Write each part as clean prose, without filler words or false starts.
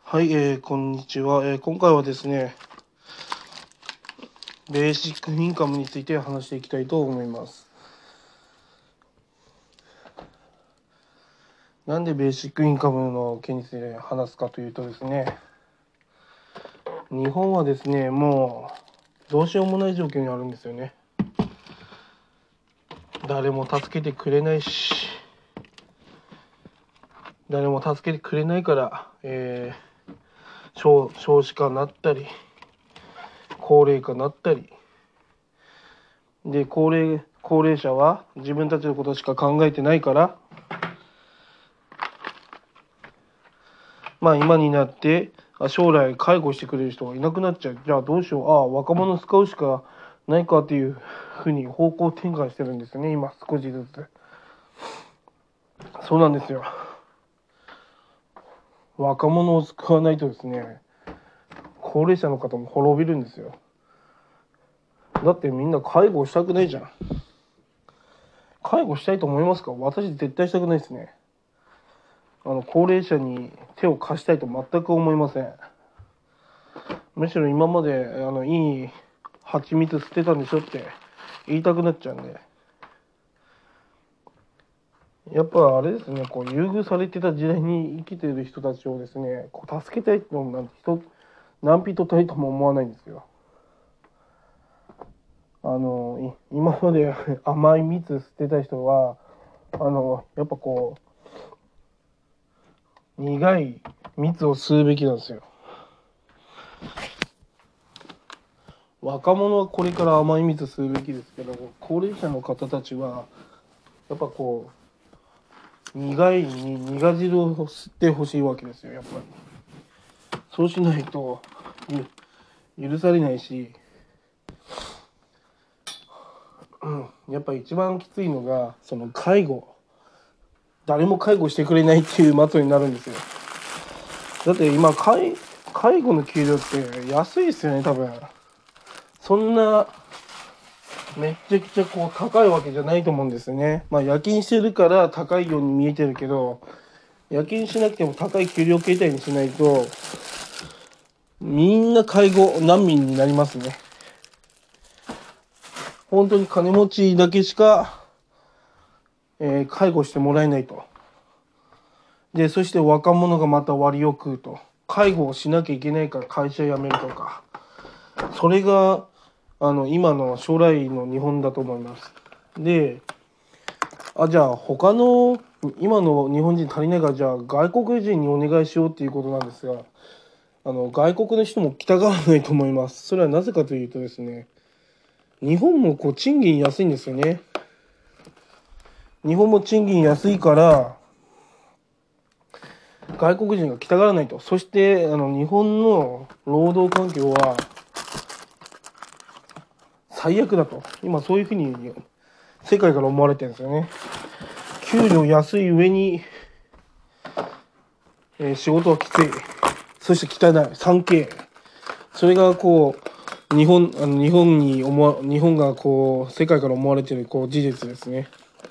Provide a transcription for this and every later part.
はい、こんにちは。今回はですね、ベーシックインカムについて話していきたいと思います。なんでベーシックインカムの件について話すかというとですね、日本はですね、もうどうしようもない状況にあるんですよね。誰も助けてくれないし、誰も助けてくれないから、少子化になったり、高齢化になったり、で、高齢者は自分たちのことしか考えてないから、今になって将来介護してくれる人がいなくなっちゃう。じゃあどうしよう。若者使うしかないかっていうふうに方向転換してるんですよね、今少しずつ。そうなんですよ。若者を救わないとですね、高齢者の方も滅びるんですよ。だってみんな介護したくないじゃん。介護したいと思いますか？私絶対したくないですね。高齢者に手を貸したいと全く思いません。むしろ今までいい蜂蜜捨てたんでしょって言いたくなっちゃうんで。やっぱあれですね、優遇されてた時代に生きてる人たちをですね、助けたいとなんて何人たりとも思わないんですよ。今まで甘い蜜捨てた人はやっぱ苦い蜜を吸うべきなんですよ。若者はこれから甘い蜜吸うべきですけど、高齢者の方たちはやっぱ苦汁を吸ってほしいわけですよ、やっぱり。そうしないと許されないし、やっぱ一番きついのがその誰も介護してくれないっていう末になるんですよ。だって今介護の給料って安いですよね、多分。そんなめっちゃくちゃ高いわけじゃないと思うんですよね。夜勤してるから高いように見えてるけど、夜勤しなくても高い給料形態にしないとみんな介護難民になりますね。本当に金持ちだけしか、介護してもらえないと。で、そして若者がまた割を食うと。介護をしなきゃいけないから会社辞めるとか。それが、今の将来の日本だと思います。で、じゃあ今の日本人足りないから、じゃあ外国人にお願いしようっていうことなんですが、外国の人も来たがらないと思います。それはなぜかというとですね、日本も賃金安いんですよね。日本も賃金安いから外国人が来たがらないと。そして日本の労働環境は最悪だと。今そういうふうに世界から思われてるんですよね。給料安い上に、仕事はきつい。そして汚い。3K。それが日本が世界から思われている事実ですね。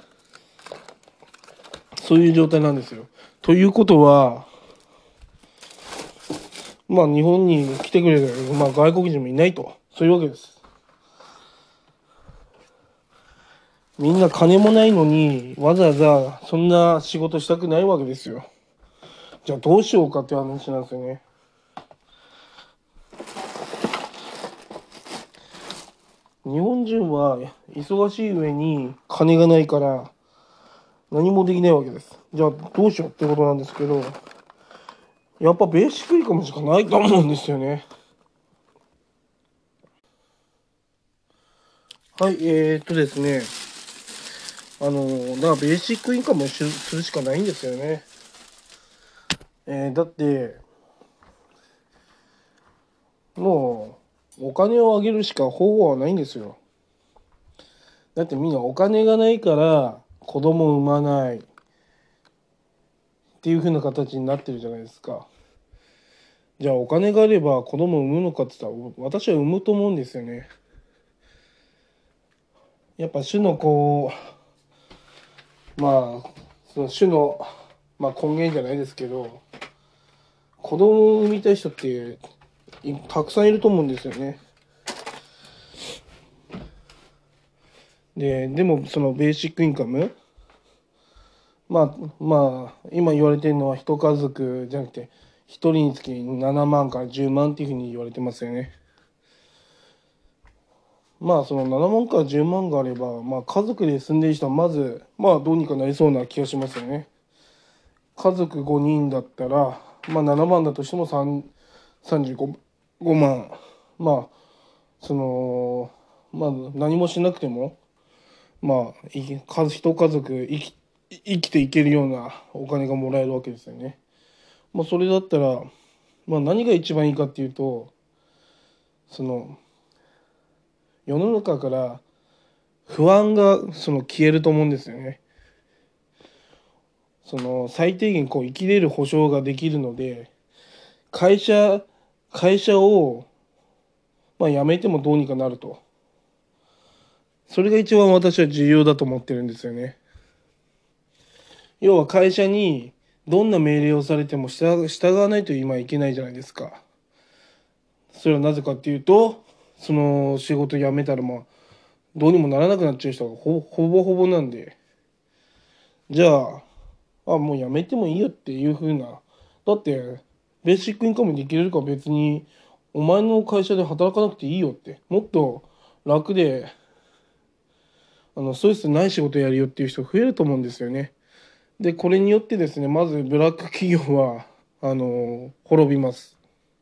そういう状態なんですよ。ということは、日本に来てくれる、外国人もいないと。そういうわけです。みんな金もないのに、わざわざそんな仕事したくないわけですよ。じゃあどうしようかっていう話なんですよね。日本人は忙しい上に金がないから何もできないわけです。じゃあどうしようってことなんですけど、やっぱベーシックインカムしかないと思うんですよね。はい、ですね、だからベーシックインカムをするしかないんですよね。だって、もう、お金をあげるしか方法はないんですよ。だってみんなお金がないから子供を産まないっていう風な形になってるじゃないですか。じゃあお金があれば子供を産むのかって言ったら私は産むと思うんですよね。やっぱ種のその種の、根源じゃないですけど、 子供を産みたい人ってたくさんいると思うんですよね。でもそのベーシックインカム、今言われてるのは一家族じゃなくて一人につき7万から10万っていうふうに言われてますよね。その7万から10万があれば、家族で住んでる人はまずどうにかなりそうな気がしますよね。家族5人だったら、7万だとしても35万。その、何もしなくても、一家族生きていけるようなお金がもらえるわけですよね。それだったら、何が一番いいかっていうと、その、世の中から不安が消えると思うんですよね。最低限生きれる保証ができるので、会社を辞めてもどうにかなると。それが一番私は重要だと思ってるんですよね。要は会社にどんな命令をされても従わないと今いけないじゃないですか。それはなぜかっていうと、その仕事辞めたらどうにもならなくなっちゃう人がほぼほぼなんで、じゃもう辞めてもいいよっていう風な。だってベーシックインカムできれるから別にお前の会社で働かなくていいよって、もっと楽でストレスない仕事やるよっていう人増えると思うんですよね。でこれによってですね、まずブラック企業は滅びます。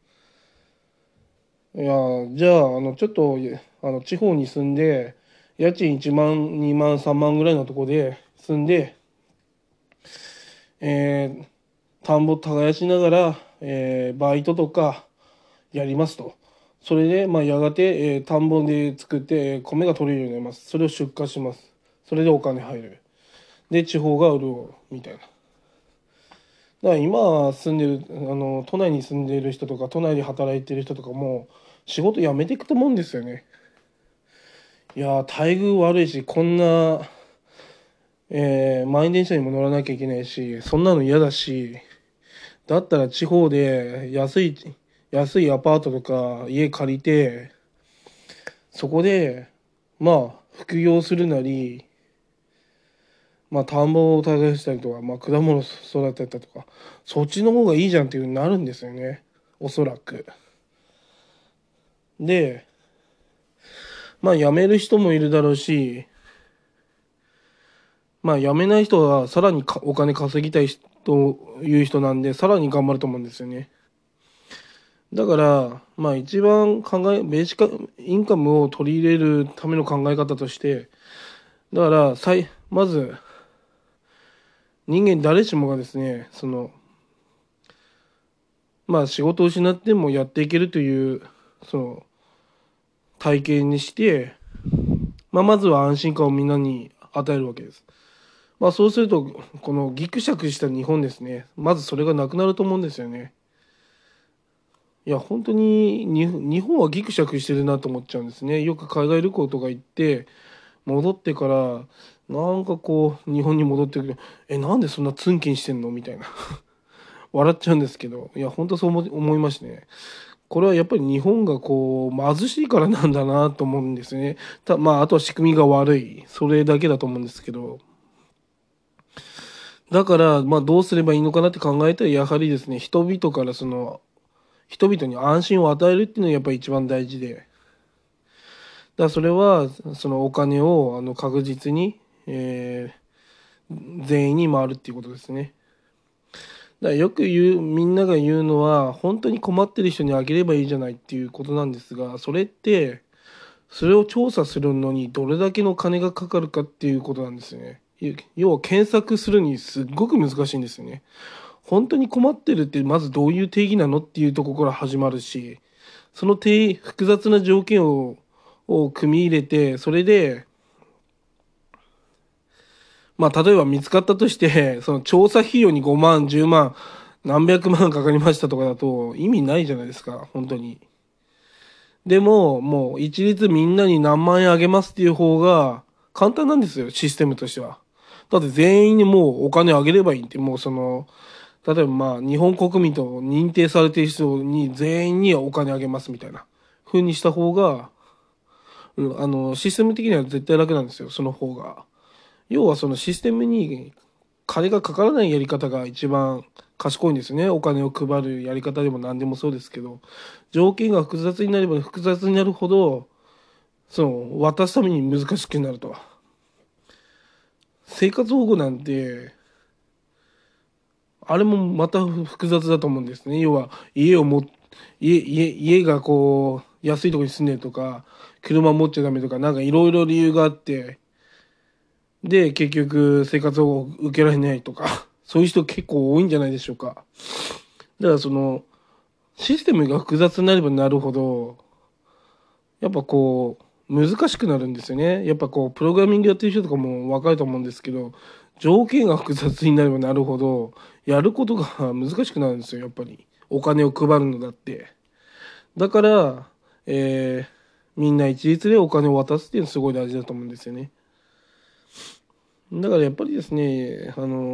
いやじゃあちょっと地方に住んで家賃1万2万3万ぐらいのとこで住んで、田んぼ耕しながら、バイトとかやりますと。それでやがて、田んぼで作って、米が取れるようになります。それを出荷します。それでお金入る。で地方が潤うみたいな。だから今住んでる都内に住んでいる人とか都内で働いてる人とかも仕事辞めていくと思うんですよね。いや待遇悪いし、こんな、満員電車にも乗らなきゃいけないし、そんなの嫌だし、だったら地方で安いアパートとか家借りて、そこで副業するなり、田んぼを耕したりとか、果物育てたりとか、そっちの方がいいじゃんっていう風になるんですよね、おそらく。で辞める人もいるだろうし、辞めない人はさらにお金稼ぎたいという人なんで、さらに頑張ると思うんですよね。だから一番ベーシックインカムを取り入れるための考え方として、だからまず人間誰しもがですね、仕事を失ってもやっていけるという体験にして、まずは安心感をみんなに与えるわけです。そうするとこのギクシャクした日本ですね、まずそれがなくなると思うんですよね。いや本当に日本はギクシャクしてるなと思っちゃうんですね。よく海外旅行とか行って戻ってからなんか日本に戻ってくる、なんでそんなツンケンしてんのみたいな笑っちゃうんですけど、いや本当そう思いましてね。これはやっぱり日本が貧しいからなんだなと思うんですね。あとは仕組みが悪い、それだけだと思うんですけど、だからどうすればいいのかなって考えたら、やはりですね、人々に安心を与えるっていうのがやっぱり一番大事で、からそれはそのお金を確実に、全員に回るっていうことですね。だからよくみんなが言うのは、本当に困ってる人にあげればいいじゃないっていうことなんですが、それってそれを調査するのにどれだけの金がかかるかっていうことなんですよね。要は検索するにすっごく難しいんですよね。本当に困ってるってまずどういう定義なのっていうところから始まるし、その複雑な条件を組み入れて、それで例えば見つかったとして、その調査費用に5万、10万、何百万かかりましたとかだと意味ないじゃないですか、本当に。でも、もう一律みんなに何万円あげますっていう方が簡単なんですよ、システムとしては。だって全員にもうお金あげればいいって、もう例えば日本国民と認定されている人に全員にお金あげますみたいな風にした方が、システム的には絶対楽なんですよ、その方が。要はそのシステムに金がかからないやり方が一番賢いんですね。お金を配るやり方でも何でもそうですけど、条件が複雑になれば複雑になるほど、渡すために難しくなると。生活保護なんて、あれもまた複雑だと思うんですね。要は、家が安いところに住んでるとか、車持っちゃダメとか、なんかいろいろ理由があって、で、結局生活保護受けられないとか、そういう人結構多いんじゃないでしょうか。だからシステムが複雑になればなるほど、やっぱ難しくなるんですよね。やっぱプログラミングやってる人とかも分かると思うんですけど、条件が複雑になればなるほど、やることが難しくなるんですよ、やっぱり。お金を配るのだって。だから、みんな一律でお金を渡すっていうのはすごい大事だと思うんですよね。だからやっぱりですね、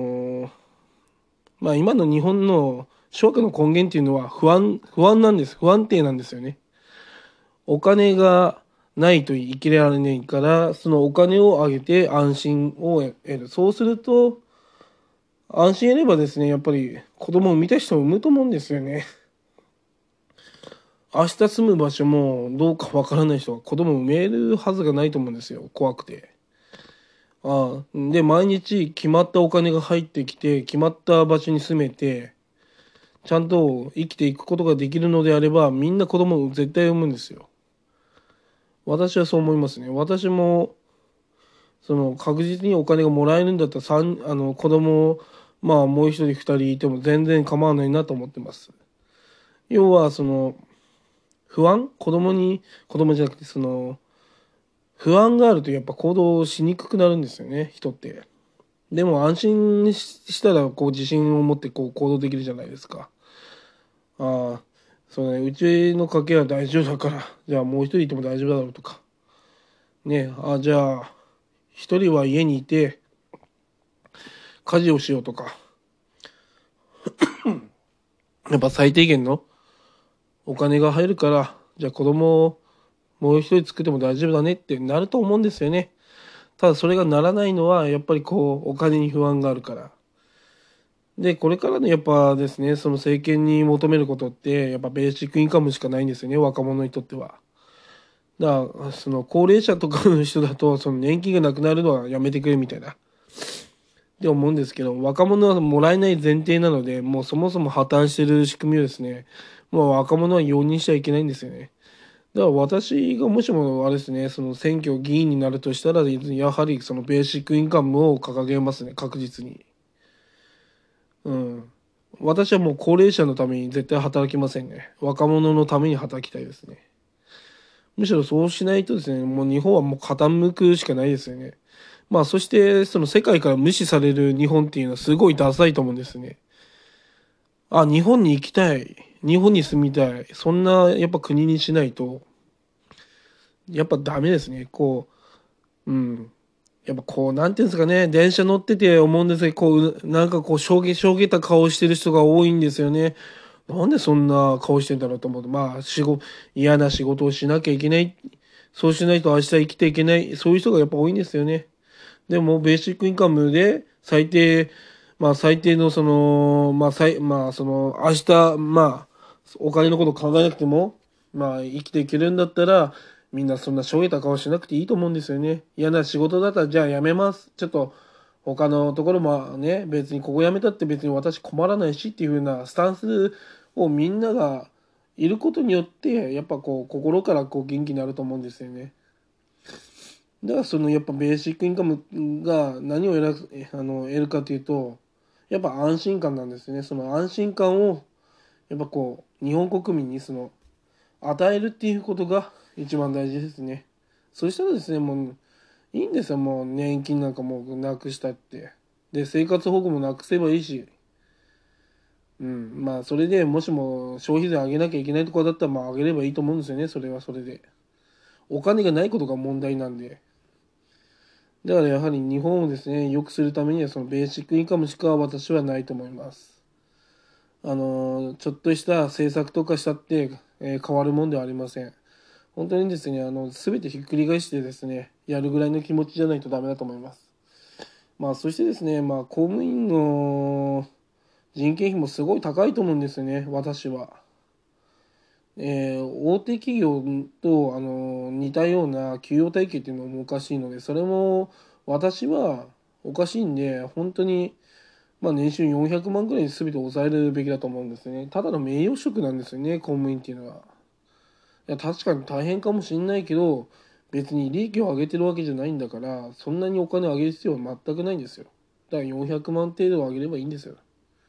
今の日本の諸悪の根源っていうのは不安なんです。不安定なんですよね。お金がないと生きられないから、そのお金をあげて安心を得る。そうすると、安心得ればですね、やっぱり子供を産みたい人も産むと思うんですよね。明日住む場所もどうかわからない人が子供を産めるはずがないと思うんですよ。怖くて。で、毎日決まったお金が入ってきて、決まった場所に住めて、ちゃんと生きていくことができるのであれば、みんな子供を絶対産むんですよ。私はそう思いますね。私も、確実にお金がもらえるんだったら、子供を、もう一人二人いても全然構わないなと思ってます。要は、子供じゃなくて、不安があるとやっぱ行動しにくくなるんですよね、人って。でも安心したら、自信を持って行動できるじゃないですか。ああ、そうね、うちの家系は大丈夫だから、じゃあもう一人いても大丈夫だろうとか。ね、じゃあ、一人は家にいて、家事をしようとか。やっぱ最低限のお金が入るから、じゃあ子供をもう一人作っても大丈夫だねってなると思うんですよね。ただそれがならないのは、やっぱりお金に不安があるから。で、これからのやっぱですね、その政権に求めることって、やっぱベーシックインカムしかないんですよね、若者にとっては。だから、高齢者とかの人だと、その年金がなくなるのはやめてくれみたいな。って思うんですけど、若者はもらえない前提なので、もうそもそも破綻してる仕組みをですね、もう若者は容認しちゃいけないんですよね。だから私がもしもあれですね、その選挙議員になるとしたら、やはりそのベーシックインカムを掲げますね、確実に。うん。私はもう高齢者のために絶対働きませんね。若者のために働きたいですね。むしろそうしないとですね、もう日本はもう傾くしかないですよね。そしてその世界から無視される日本っていうのはすごいダサいと思うんですね。日本に行きたい。日本に住みたい。そんなやっぱ国にしないと、やっぱダメですね。うん。やっぱなんていうんですかね、電車乗ってて思うんですけど、なんかしょげた顔してる人が多いんですよね。なんでそんな顔してんだろうと思うと、嫌な仕事をしなきゃいけない。そうしないと明日生きていけない。そういう人がやっぱ多いんですよね。でも、ベーシックインカムで最低の明日、お金のこと考えなくても、生きていけるんだったら、みんなそんなしょげた顔しなくていいと思うんですよね。嫌な仕事だったら、じゃあ辞めます。ちょっと、他のところもね、別にここ辞めたって別に私困らないしっていう風なスタンスをみんながいることによって、やっぱ心から元気になると思うんですよね。だからやっぱベーシックインカムが何を得るかというと、やっぱ安心感なんですね。その安心感を、やっぱ日本国民に与えるっていうことが一番大事ですね。そしたらですね、もういいんですよ。もう年金なんかもうなくしたって。で、生活保護もなくせばいいし、うん。それでもしも消費税上げなきゃいけないところだったら、上げればいいと思うんですよね。それはそれで。お金がないことが問題なんで。だからやはり日本をですね、良くするためにはそのベーシックインカムしか私はないと思います。 ちょっとした政策とかしたって、変わるもんではありません。本当にですね、全てひっくり返してですね、やるぐらいの気持ちじゃないとダメだと思います。そしてですね、公務員の人件費もすごい高いと思うんですよね、私は。大手企業と似たような給与体系っていうのもおかしいので、それも私はおかしいんで、本当に、年収400万ぐらいに全て抑えるべきだと思うんですね。ただの名誉職なんですよね、公務員っていうのは。いや、確かに大変かもしれないけど、別に利益を上げてるわけじゃないんだから、そんなにお金を上げる必要は全くないんですよ。だから400万程度を上げればいいんですよ。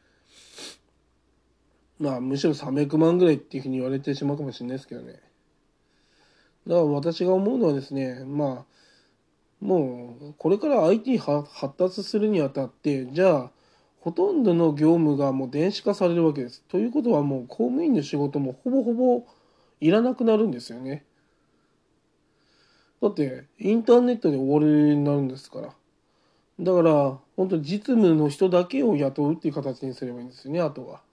むしろ300万ぐらいっていうふうに言われてしまうかもしれないですけどね。だから私が思うのはですね、もうこれから IT 発達するにあたって、じゃあほとんどの業務がもう電子化されるわけです。ということはもう公務員の仕事もほぼほぼいらなくなるんですよね。だってインターネットで終わりになるんですから。だから本当に実務の人だけを雇うっていう形にすればいいんですよね、あとは。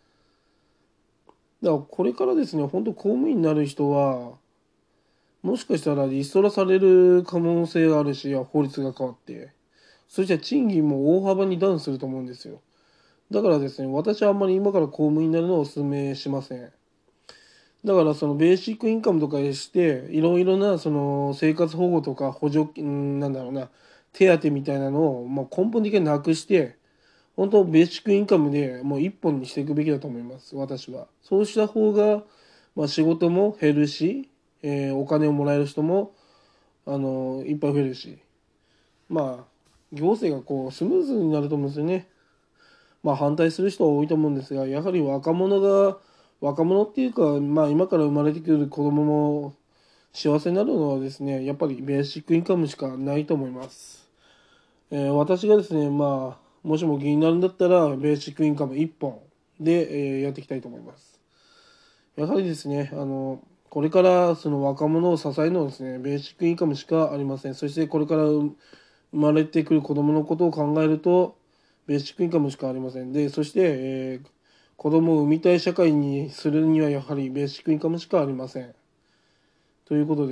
だからこれからですね、本当公務員になる人はもしかしたらリストラされる可能性があるし、法律が変わって、そして賃金も大幅にダウンすると思うんですよ。だからですね、私はあんまり今から公務員になるのをお勧めしません。だからそのベーシックインカムとかして、いろいろなその生活保護とか補助金、なんだろうな、手当みたいなのを根本的になくして、本当ベーシックインカムでもう一本にしていくべきだと思います、私は。そうした方が、仕事も減るし、お金をもらえる人もいっぱい増えるし、行政がこうスムーズになると思うんですよね。反対する人は多いと思うんですが、やはり若者っていうか、今から生まれてくる子供も幸せになるのはですね、やっぱりベーシックインカムしかないと思います。私がですね、もしも議員になるんだったら、ベーシックインカム1本で、やっていきたいと思います。やはりですね、これからその若者を支えるのはですね、ベーシックインカムしかありません。そしてこれから生まれてくる子供のことを考えると、ベーシックインカムしかありません。で、そして、子供を産みたい社会にするにはやはりベーシックインカムしかありません。ということです。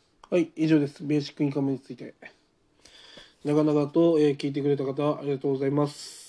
はい、以上です。ベーシックインカムについて。長々と、聞いてくれた方、ありがとうございます。